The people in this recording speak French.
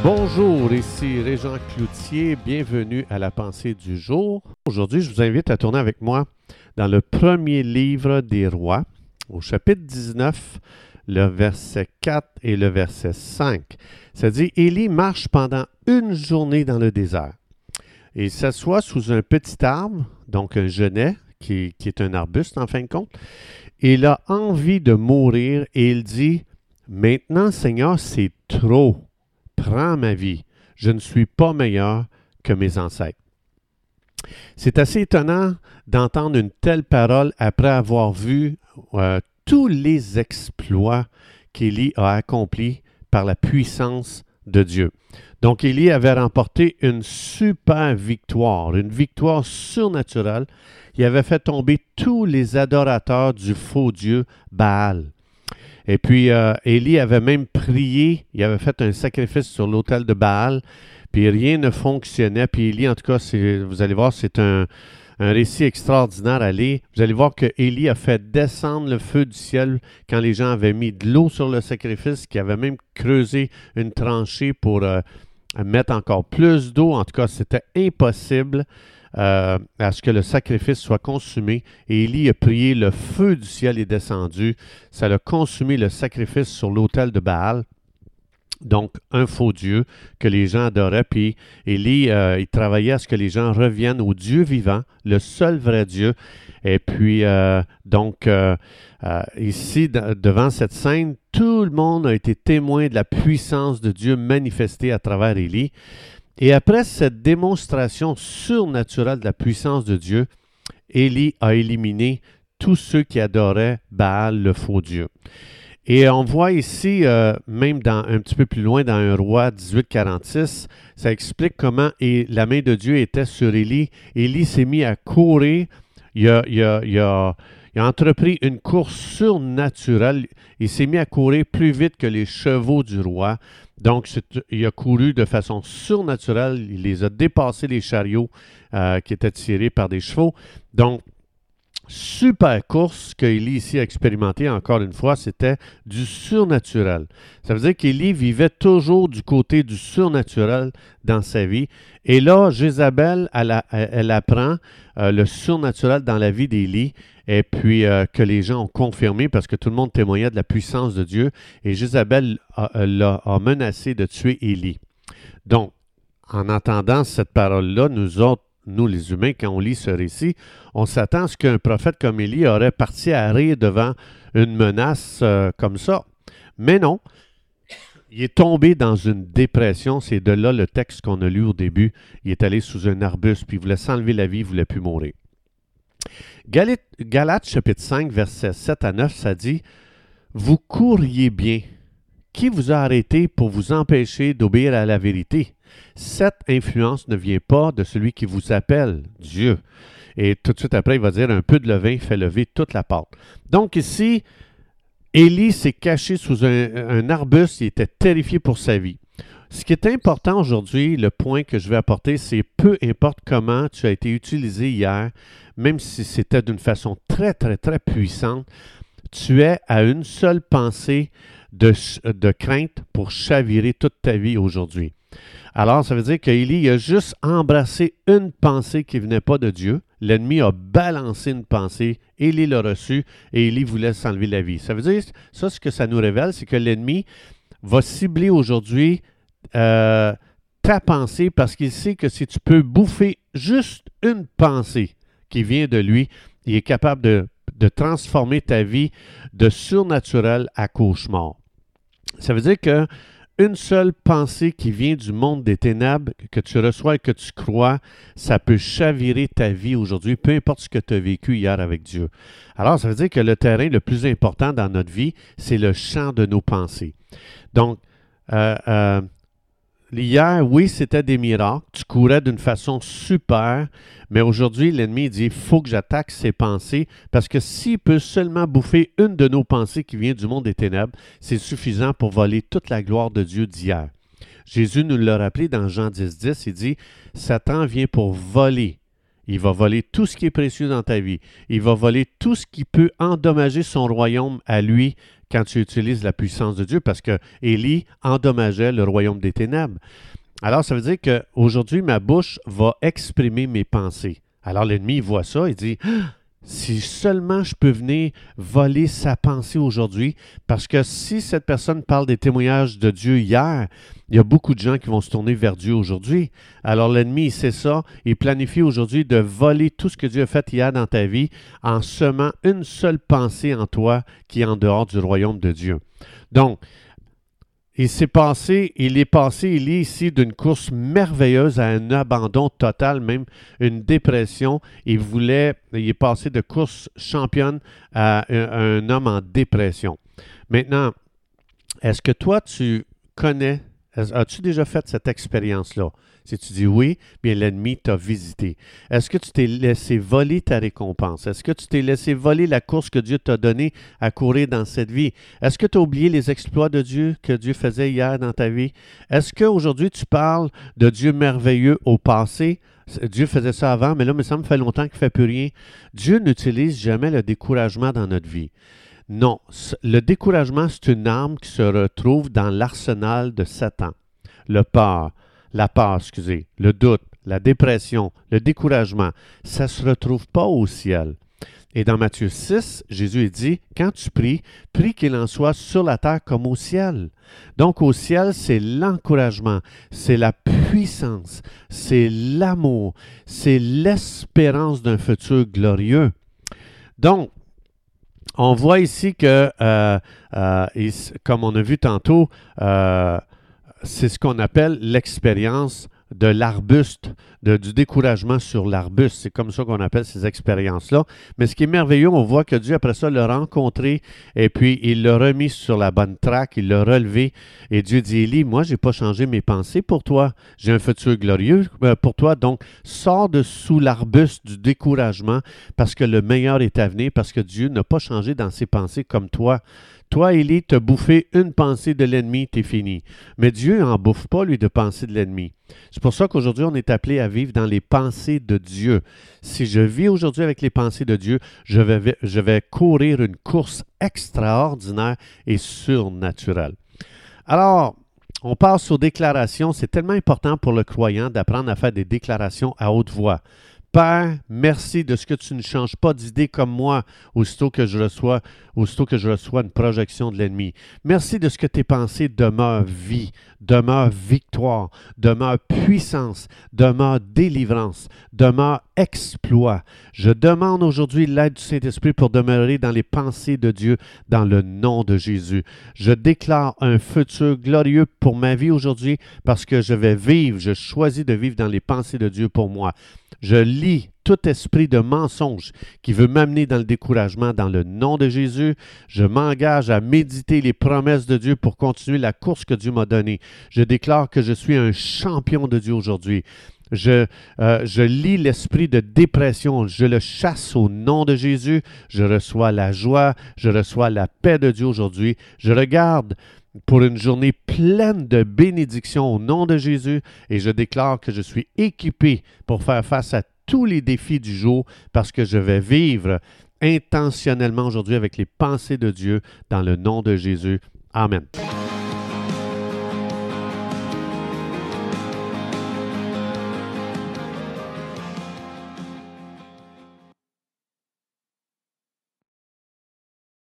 Bonjour, ici Régent Cloutier, bienvenue à la pensée du jour. Aujourd'hui, je vous invite à tourner avec moi dans le premier livre des rois, au chapitre 19, le verset 4 et le verset 5. Ça dit, Élie marche pendant une journée dans le désert. Et il s'assoit sous un petit arbre, donc un genêt, qui est un arbuste en fin de compte. Et il a envie de mourir et il dit, « Maintenant, Seigneur, c'est trop. Prends ma vie. Je ne suis pas meilleur que mes ancêtres. » C'est assez étonnant d'entendre une telle parole après avoir vu tous les exploits qu'Élie a accomplis par la puissance de Dieu. Donc, Élie avait remporté une super victoire, une victoire surnaturelle. Il avait fait tomber tous les adorateurs du faux Dieu Baal. Et puis, Élie avait même prié, il avait fait un sacrifice sur l'autel de Baal, puis rien ne fonctionnait. Puis Élie, en tout cas, vous allez voir, c'est un récit extraordinaire à lire. Vous allez voir que Élie a fait descendre le feu du ciel quand les gens avaient mis de l'eau sur le sacrifice, qui avait même creusé une tranchée pour mettre encore plus d'eau. En tout cas, c'était impossible à ce que le sacrifice soit consumé. Et Élie a prié, le feu du ciel est descendu. Ça a consumé le sacrifice sur l'autel de Baal. Donc, un faux Dieu que les gens adoraient. Puis Élie, il travaillait à ce que les gens reviennent au Dieu vivant, le seul vrai Dieu. Et puis, ici, devant cette scène, tout le monde a été témoin de la puissance de Dieu manifestée à travers Élie. Et après cette démonstration surnaturelle de la puissance de Dieu, Élie a éliminé tous ceux qui adoraient Baal, le faux Dieu. Et on voit ici, même un petit peu plus loin dans 1 Roi 18:46, ça explique comment la main de Dieu était sur Élie. Élie s'est mis à courir. Il a entrepris une course surnaturelle. Il s'est mis à courir plus vite que les chevaux du roi. Donc, il a couru de façon surnaturelle. Il les a dépassés, les chariots qui étaient tirés par des chevaux. Donc, super course qu'Élie ici a expérimenté encore une fois, c'était du surnaturel. Ça veut dire qu'Élie vivait toujours du côté du surnaturel dans sa vie. Et là, Jézabel, elle apprend le surnaturel dans la vie d'Élie et puis que les gens ont confirmé parce que tout le monde témoignait de la puissance de Dieu. Et Jézabel a menacé de tuer Élie. Donc, en entendant cette parole-là, nous les humains, quand on lit ce récit, on s'attend à ce qu'un prophète comme Élie aurait parti à rire devant une menace comme ça. Mais non, il est tombé dans une dépression. C'est de là le texte qu'on a lu au début. Il est allé sous un arbuste, puis il voulait s'enlever la vie, il ne voulait plus mourir. Galates chapitre 5, versets 7 à 9, ça dit « Vous courriez bien. Qui vous a arrêté pour vous empêcher d'obéir à la vérité? Cette influence ne vient pas de celui qui vous appelle, Dieu. » Et tout de suite après, il va dire « Un peu de levain fait lever toute la pâte. » Donc ici, Élie s'est caché sous un arbuste, il était terrifié pour sa vie. Ce qui est important aujourd'hui, le point que je vais apporter, c'est peu importe comment tu as été utilisé hier, même si c'était d'une façon très, très, très puissante, tu es à une seule pensée de crainte pour chavirer toute ta vie aujourd'hui. Alors, ça veut dire qu'Élie a juste embrassé une pensée qui ne venait pas de Dieu. L'ennemi a balancé une pensée, Élie l'a reçue et Élie voulait s'enlever la vie. Ça veut dire, ça, ce que ça nous révèle, c'est que l'ennemi va cibler aujourd'hui ta pensée parce qu'il sait que si tu peux bouffer juste une pensée qui vient de lui, il est capable de transformer ta vie de surnaturel à cauchemar. Ça veut dire que une seule pensée qui vient du monde des ténèbres, que tu reçois et que tu crois, ça peut chavirer ta vie aujourd'hui, peu importe ce que tu as vécu hier avec Dieu. Alors, ça veut dire que le terrain le plus important dans notre vie, c'est le champ de nos pensées. Donc, hier, oui, c'était des miracles. Tu courais d'une façon super, mais aujourd'hui, l'ennemi dit, il faut que j'attaque ses pensées, parce que s'il peut seulement bouffer une de nos pensées qui vient du monde des ténèbres, c'est suffisant pour voler toute la gloire de Dieu d'hier. Jésus nous l'a rappelé dans Jean 10:10, il dit, Satan vient pour voler. Il va voler tout ce qui est précieux dans ta vie. Il va voler tout ce qui peut endommager son royaume à lui quand tu utilises la puissance de Dieu, parce que Élie endommageait le royaume des ténèbres. Alors, ça veut dire qu'aujourd'hui, ma bouche va exprimer mes pensées. Alors, l'ennemi, il voit ça, il dit, ah, si seulement je peux venir voler sa pensée aujourd'hui, parce que si cette personne parle des témoignages de Dieu hier, il y a beaucoup de gens qui vont se tourner vers Dieu aujourd'hui. Alors, l'ennemi, il sait ça, il planifie aujourd'hui de voler tout ce que Dieu a fait hier dans ta vie en semant une seule pensée en toi qui est en dehors du royaume de Dieu. Donc, il est ici d'une course merveilleuse à un abandon total, même une dépression. Il est passé de course championne à un homme en dépression. Maintenant, est-ce que toi, as-tu déjà fait cette expérience-là? Si tu dis oui, bien l'ennemi t'a visité. Est-ce que tu t'es laissé voler ta récompense? Est-ce que tu t'es laissé voler la course que Dieu t'a donnée à courir dans cette vie? Est-ce que tu as oublié les exploits de Dieu que Dieu faisait hier dans ta vie? Est-ce qu'aujourd'hui tu parles de Dieu merveilleux au passé? Dieu faisait ça avant, mais là, ça me fait longtemps qu'il ne fait plus rien. Dieu n'utilise jamais le découragement dans notre vie. Non, le découragement, c'est une arme qui se retrouve dans l'arsenal de Satan. La peur, le doute, la dépression, le découragement, ça ne se retrouve pas au ciel. Et dans Matthieu 6, Jésus dit, quand tu pries, prie qu'il en soit sur la terre comme au ciel. Donc au ciel, c'est l'encouragement, c'est la puissance, c'est l'amour, c'est l'espérance d'un futur glorieux. Donc, on voit ici que, comme on a vu tantôt, c'est ce qu'on appelle l'expérience de l'arbuste, du découragement sur l'arbuste. C'est comme ça qu'on appelle ces expériences-là. Mais ce qui est merveilleux, on voit que Dieu, après ça, l'a rencontré et puis il l'a remis sur la bonne traque, il l'a relevé. Et Dieu dit, Élie, moi, je n'ai pas changé mes pensées pour toi. J'ai un futur glorieux pour toi. Donc, sors de sous l'arbuste du découragement parce que le meilleur est à venir, parce que Dieu n'a pas changé dans ses pensées comme toi. Toi, Élie, t'as bouffé une pensée de l'ennemi, t'es fini. Mais Dieu n'en bouffe pas, lui, de pensée de l'ennemi. C'est pour ça qu'aujourd'hui, on est appelé à vivre dans les pensées de Dieu. Si je vis aujourd'hui avec les pensées de Dieu, je vais courir une course extraordinaire et surnaturelle. Alors, on passe aux déclarations. C'est tellement important pour le croyant d'apprendre à faire des déclarations à haute voix. Père, merci de ce que tu ne changes pas d'idée comme moi aussitôt que je reçois une projection de l'ennemi. Merci de ce que tes pensées demeurent vie, demeurent victoire, demeurent puissance, demeurent délivrance, demeurent exploit. Je demande aujourd'hui l'aide du Saint-Esprit pour demeurer dans les pensées de Dieu dans le nom de Jésus. Je déclare un futur glorieux pour ma vie aujourd'hui parce que je choisis de vivre dans les pensées de Dieu pour moi. Je lis tout esprit de mensonge qui veut m'amener dans le découragement dans le nom de Jésus. Je m'engage à méditer les promesses de Dieu pour continuer la course que Dieu m'a donnée. Je déclare que je suis un champion de Dieu aujourd'hui. Je lis l'esprit de dépression, je le chasse au nom de Jésus. Je reçois la joie, je reçois la paix de Dieu aujourd'hui. Je regarde pour une journée pleine de bénédictions au nom de Jésus et je déclare que je suis équipé pour faire face à tous les défis du jour parce que je vais vivre intentionnellement aujourd'hui avec les pensées de Dieu dans le nom de Jésus. Amen.